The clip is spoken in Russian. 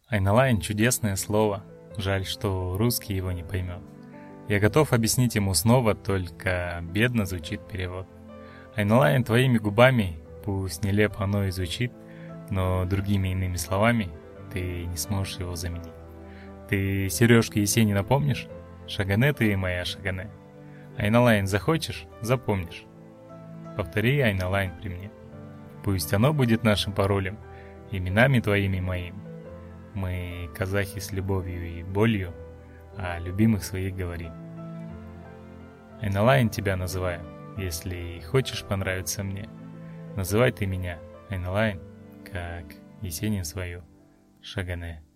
Айналайн — чудесное слово. Жаль, что русский его не поймет. Я готов объяснить ему снова, только бедно звучит перевод. Айналайн, твоими губами, пусть нелепо оно и звучит, но другими иными словами ты не сможешь его заменить. Ты сережку Есенина помнишь? Шагане ты, моя Шагане. Айналайн захочешь — запомнишь. Повтори Айналайн при мне. Пусть оно будет нашим паролем, именами твоими моим. Мы, казахи, с любовью и болью о любимых своих говорим. Айналайн тебя называю, если хочешь понравиться мне. Называй ты меня, Айналайн, как Есенин свою Шагане.